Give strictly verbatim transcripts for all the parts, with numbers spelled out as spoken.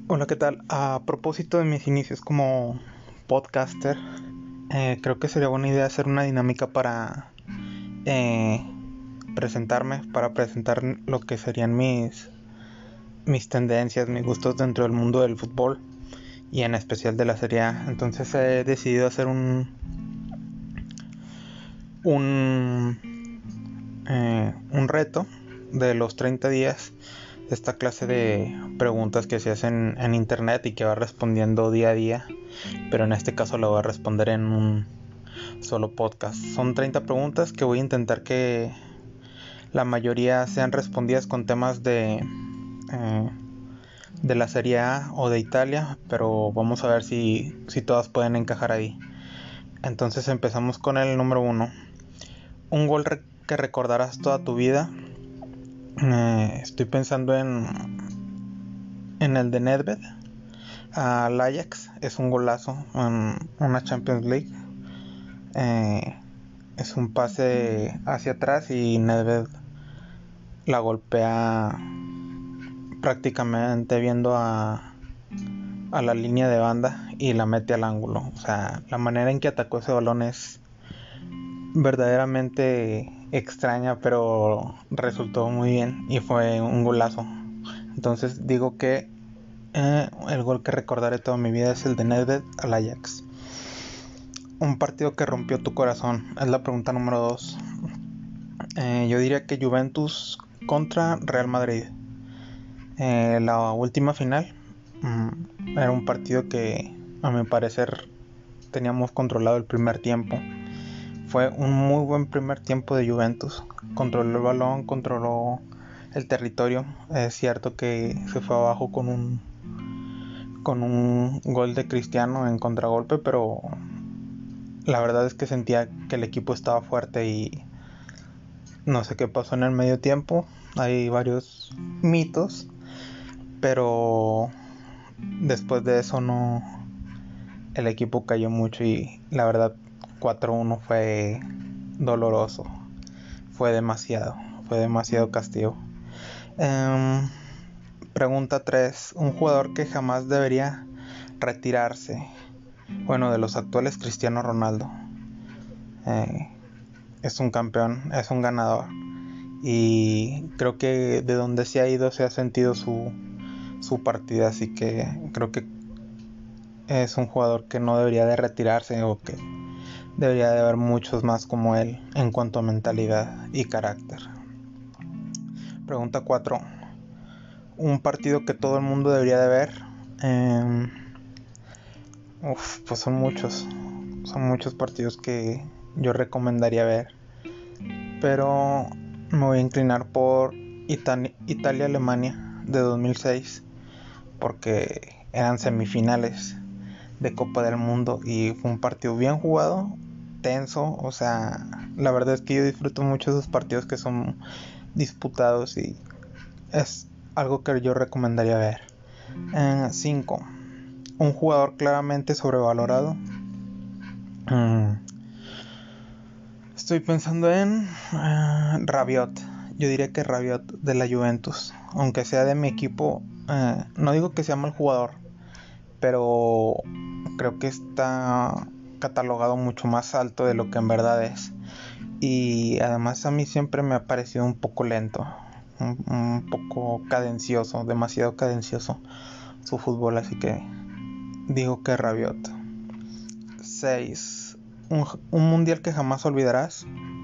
Hola, ¿qué tal? A propósito de mis inicios como podcaster, eh, creo que sería buena idea hacer una dinámica para eh, presentarme, para presentar lo que serían mis, mis tendencias, mis gustos dentro del mundo del fútbol y en especial de la Serie A. Entonces he decidido hacer un un, eh, un reto de los treinta días, esta clase de preguntas que se hacen en internet y que va respondiendo día a día, pero en este caso lo voy a responder en un solo podcast. Son treinta preguntas que voy a intentar que la mayoría sean respondidas con temas de eh, de la Serie A o de Italia, pero vamos a ver si, si todas pueden encajar ahí. Entonces empezamos con el número uno. Un gol re- que recordarás toda tu vida. Eh, estoy pensando en en el de Nedved al Ajax. Es un golazo en una Champions League. Eh, es un pase hacia atrás y Nedved la golpea prácticamente viendo a, a la línea de banda y la mete al ángulo. O sea, la manera en que atacó ese balón es verdaderamente extraña, pero resultó muy bien y fue un golazo. Entonces digo que eh, el gol que recordaré toda mi vida es el de Nedved al Ajax. Un partido que rompió tu corazón es la pregunta número dos. Eh, yo diría que Juventus contra Real Madrid. Eh, la última final mm, era un partido que a mi parecer teníamos controlado el primer tiempo. Fue un muy buen primer tiempo de Juventus. Controló el balón, controló el territorio. Es cierto que se fue abajo con un con un gol de Cristiano en contragolpe, pero la verdad es que sentía que el equipo estaba fuerte y no sé qué pasó en el medio tiempo. Hay varios mitos, pero después de eso no, el equipo cayó mucho y la verdad cuatro uno fue doloroso. Fue demasiado, fue demasiado castigo. Um, pregunta tres. Un jugador que jamás debería retirarse. Bueno, de los actuales, Cristiano Ronaldo. Eh, es un campeón, es un ganador. Y creo que de donde se ha ido se ha sentido su, su partida. Así que creo que es un jugador que no debería de retirarse, o que debería de haber muchos más como él en cuanto a mentalidad y carácter. Pregunta cuatro. Un partido que todo el mundo debería de ver. Eh, uf, pues son muchos. Son muchos partidos que yo recomendaría ver. Pero me voy a inclinar por Ita- Italia-Alemania de dos mil seis. Porque eran semifinales de Copa del Mundo y fue un partido bien jugado, tenso. O sea, la verdad es que yo disfruto mucho de esos partidos que son disputados y es algo que yo recomendaría ver. cinco. Un jugador claramente sobrevalorado. Mm, estoy pensando en uh, Rabiot. Yo diría que Rabiot de la Juventus. Aunque sea de mi equipo, uh, no digo que sea mal jugador, pero creo que está catalogado mucho más alto de lo que en verdad es. Y además a mí siempre me ha parecido un poco lento, un, un poco cadencioso, demasiado cadencioso su fútbol, así que digo que Rabiot. seis. Un, un mundial que jamás olvidarás.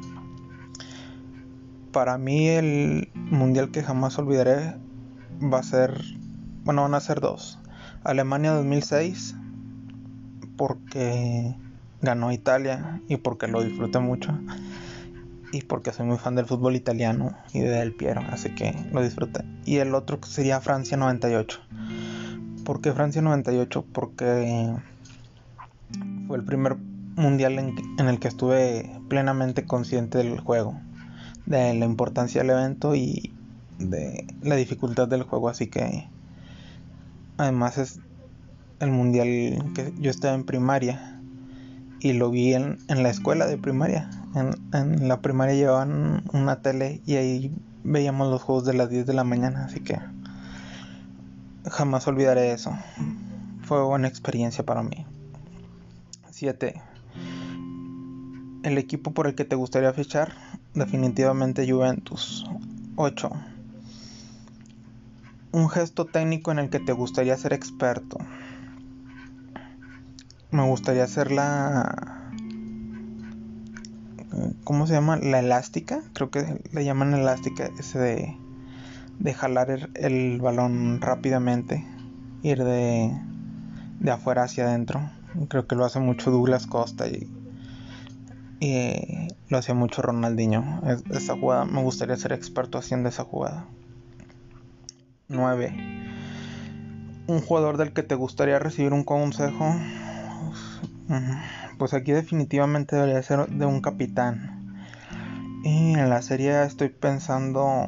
Para mí el mundial que jamás olvidaré va a ser, bueno, van a ser dos. Alemania dos mil seis, porque ganó Italia y porque lo disfruté mucho. Y porque soy muy fan del fútbol italiano y de Del Piero, así que lo disfruté. Y el otro sería Francia noventa y ocho. ¿Por qué Francia noventa y ocho? Porque fue el primer mundial en, en el que estuve plenamente consciente del juego, de la importancia del evento y de la dificultad del juego. Así que además es el mundial que yo estaba en primaria y lo vi en, en la escuela de primaria. En, en la primaria llevaban una tele y ahí veíamos los juegos de las diez de la mañana, así que jamás olvidaré eso. Fue buena experiencia para mí. siete. El equipo por el que te gustaría fichar, definitivamente Juventus. ocho. Un gesto técnico en el que te gustaría ser experto. Me gustaría hacer la... ¿Cómo se llama? La elástica. Creo que le llaman elástica. Ese de, de jalar el, el balón rápidamente. Ir de, de afuera hacia adentro. Creo que lo hace mucho Douglas Costa y, y lo hacía mucho Ronaldinho. Es, esa jugada, me gustaría ser experto haciendo esa jugada. nueve. Un jugador del que te gustaría recibir un consejo. Pues aquí definitivamente debería ser de un capitán. Y en la serie estoy pensando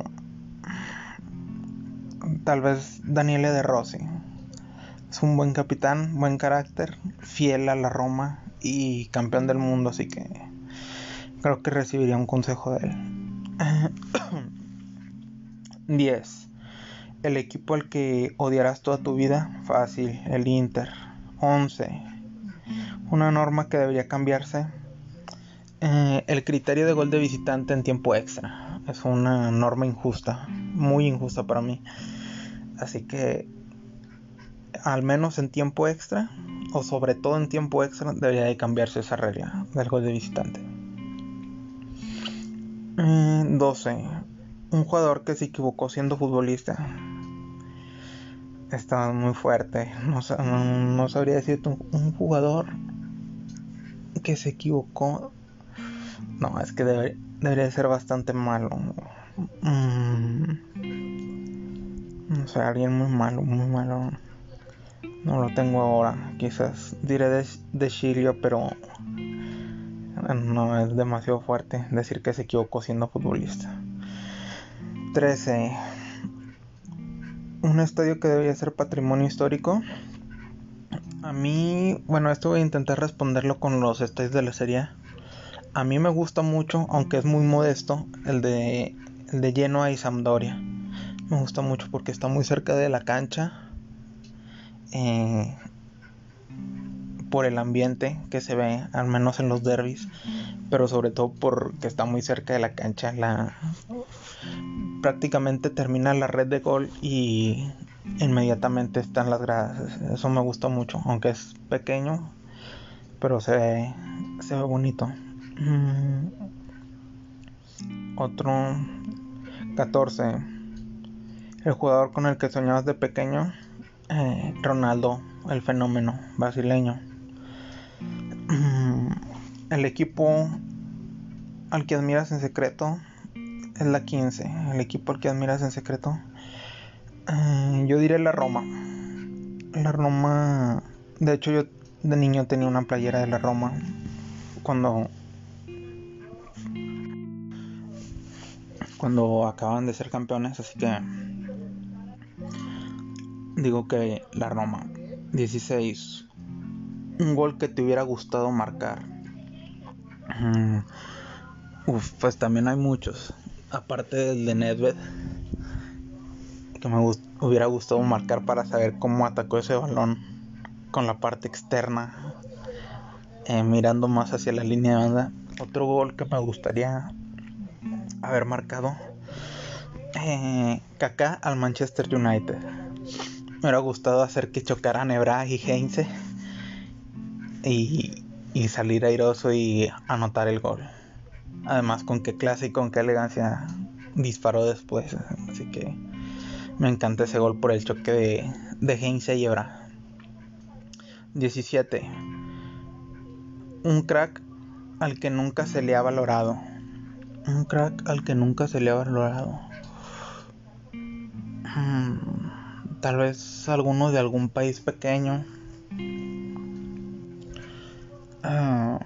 tal vez Daniele De Rossi. Es un buen capitán, buen carácter, fiel a la Roma y campeón del mundo, así que creo que recibiría un consejo de él. diez. El equipo al que odiarás toda tu vida. Fácil, el Inter. once. Una norma que debería cambiarse. Eh, el criterio de gol de visitante en tiempo extra. Es una norma injusta, muy injusta para mí. Así que al menos en tiempo extra, o sobre todo en tiempo extra, debería de cambiarse esa regla del gol de visitante. eh, doce. Un jugador que se equivocó siendo futbolista. Está muy fuerte. No, no, no sabría decirte un, un jugador que se equivocó. No, es que debe, debería ser bastante malo. Mm, no sé, alguien muy malo, muy malo. No lo tengo ahora. Quizás diré de, de Chilio, pero no, es demasiado fuerte decir que se equivocó siendo futbolista. trece. Un estadio que debería ser patrimonio histórico. A mí, bueno, esto voy a intentar responderlo con los estadios de la Serie A. A mí me gusta mucho, aunque es muy modesto, el de, el de Genoa y Sampdoria. Me gusta mucho porque está muy cerca de la cancha. Eh, por el ambiente que se ve, al menos en los derbis, pero sobre todo porque está muy cerca de la cancha. La prácticamente termina la red de gol y inmediatamente están las gradas. Eso me gusta mucho, aunque es pequeño, pero se ve, se ve bonito. Mm. Otro. catorce. El jugador con el que soñabas de pequeño. eh, Ronaldo, el fenómeno brasileño. El equipo al que admiras en secreto es la quince. El equipo al que admiras en secreto, eh, yo diré la Roma. La Roma. De hecho, yo de niño tenía una playera de la Roma cuando cuando acaban de ser campeones, así que digo que la Roma. dieciséis. Un gol que te hubiera gustado marcar. Mm, uf, pues también hay muchos. Aparte del de Nedved, que me gust- hubiera gustado marcar para saber cómo atacó ese balón con la parte externa, eh, mirando más hacia la línea de banda. Otro gol que me gustaría haber marcado, eh, Kaká al Manchester United. Me hubiera gustado hacer que chocaran Evra y Heinze y, y salir airoso y anotar el gol. Además, con qué clase y con qué elegancia disparó después. Así que me encanta ese gol por el choque de, de Heinze y Evra. diecisiete. Un crack al que nunca se le ha valorado. Un crack al que nunca se le ha valorado. Hmm, tal vez alguno de algún país pequeño. Uh,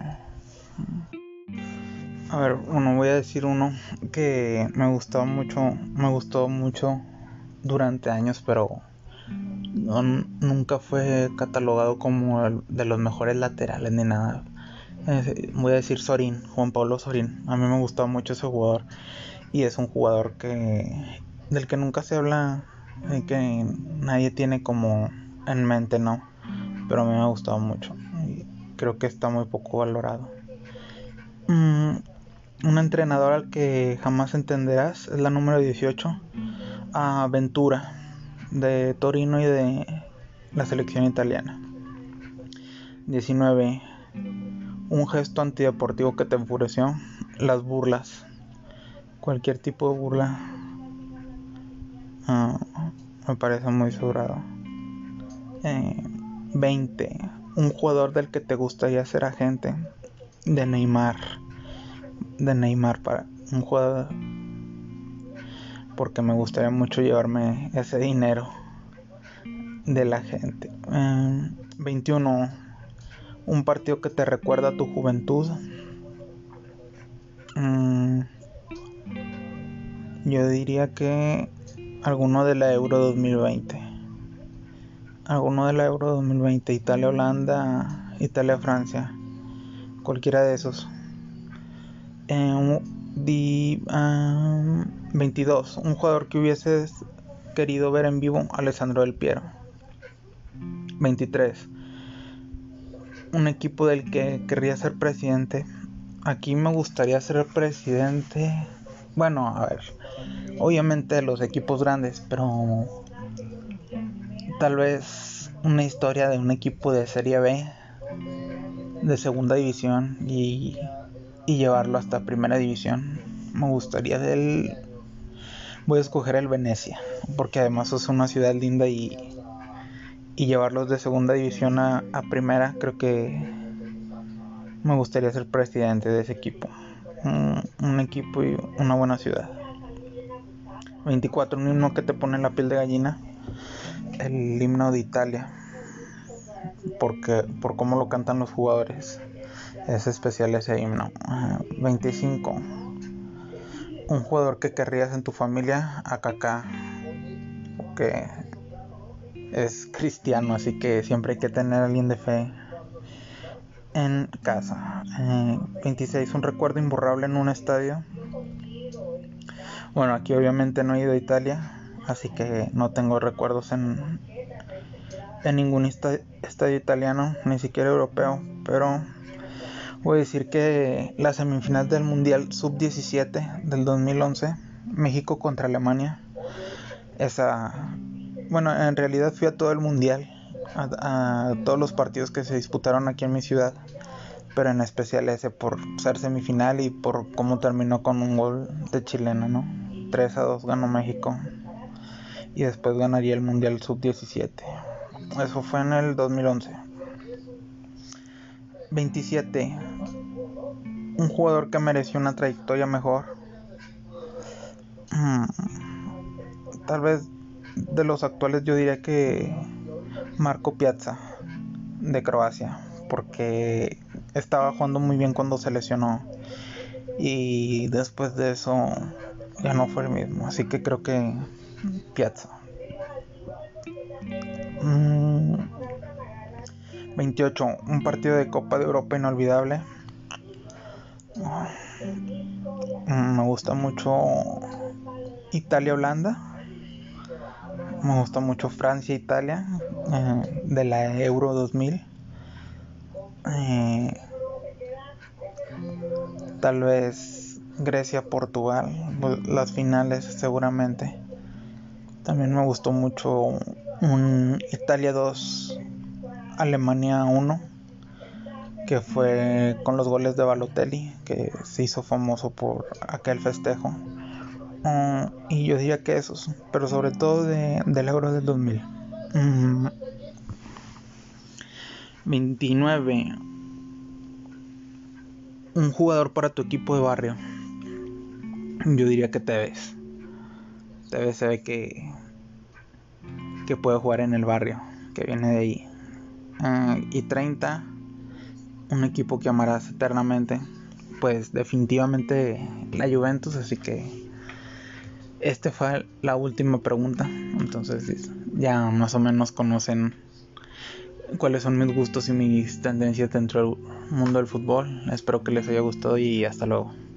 a ver, bueno, voy a decir uno que me gustó mucho, me gustó mucho durante años, pero no, nunca fue catalogado como el de los mejores laterales ni nada. Eh, voy a decir Sorín, Juan Pablo Sorín. A mí me gustó mucho ese jugador y es un jugador que del que nunca se habla y que nadie tiene como en mente, ¿no? Pero a mí me ha gustado mucho y creo que está muy poco valorado. Mm, un entrenador al que jamás entenderás es la número dieciocho, a Ventura, de Torino y de la selección italiana. diecinueve. Un gesto antideportivo que te enfureció: las burlas. Cualquier tipo de burla uh, me parece muy sobrado. eh, veinte. Un jugador del que te gustaría ser agente: de Neymar. De Neymar para un jugador, porque me gustaría mucho llevarme ese dinero de la gente. eh, veintiuno. Un partido que te recuerda a tu juventud. Mm, yo diría que alguno de la Euro dos mil veinte. Alguno de la Euro dos mil veinte. Italia-Holanda, Italia-Francia. Cualquiera de esos. Eh, un, di, um, veintidós. Un jugador que hubieses querido ver en vivo: Alessandro Del Piero. veintitrés. Un equipo del que querría ser presidente. Aquí me gustaría ser presidente. Bueno, a ver, obviamente los equipos grandes, pero tal vez una historia de un equipo de Serie B, de segunda división, y, y llevarlo hasta primera división. Me gustaría del... Voy a escoger el Venecia, porque además es una ciudad linda, y, y llevarlos de segunda división a, a primera, creo que me gustaría ser presidente de ese equipo. Un, un equipo y una buena ciudad. veinticuatro. Un himno que te pone la piel de gallina: el himno de Italia, porque por cómo lo cantan los jugadores. Es especial ese himno. uh, veinticinco. Un jugador que querrías en tu familia: a Kaká, que es cristiano, así que siempre hay que tener a alguien de fe en casa. uh, veintiséis. Un recuerdo imborrable en un estadio. Bueno, aquí obviamente no he ido a Italia, así que no tengo recuerdos en, en ningún estadio, estadio italiano, ni siquiera europeo, pero voy a decir que la semifinal del Mundial sub diecisiete del dos mil once, México contra Alemania, esa, bueno, en realidad fui a todo el Mundial, a, a todos los partidos que se disputaron aquí en mi ciudad, pero en especial ese por ser semifinal y por cómo terminó con un gol de chilena, ¿no? tres a dos ganó México y después ganaría el Mundial sub diecisiete. Eso fue en el dos mil once. veintisiete. Un jugador que mereció una trayectoria mejor. Hmm, tal vez de los actuales yo diría que Marco Piazza, de Croacia, porque estaba jugando muy bien cuando se lesionó y después de eso ya no fue el mismo, así que creo que Piazza. mm, veintiocho. Un partido de Copa de Europa inolvidable. mm, me gusta mucho Italia-Holanda, me gusta mucho Francia-Italia, eh, de la Euro dos mil. eh, Tal vez Grecia-Portugal, las finales seguramente. También me gustó mucho un Italia dos, Alemania uno, que fue con los goles de Balotelli, que se hizo famoso por aquel festejo. Uh, y yo diría que esos, pero sobre todo de, del Euro del dos mil. Mm, veintinueve. Un jugador para tu equipo de barrio. Yo diría que Tevez. Tevez se ve que que puede jugar en el barrio, que viene de ahí. Uh, y treinta. Un equipo que amarás eternamente. Pues definitivamente la Juventus, así que esta fue la última pregunta. Entonces ya más o menos conocen cuáles son mis gustos y mis tendencias dentro del mundo del fútbol. Espero que les haya gustado y hasta luego.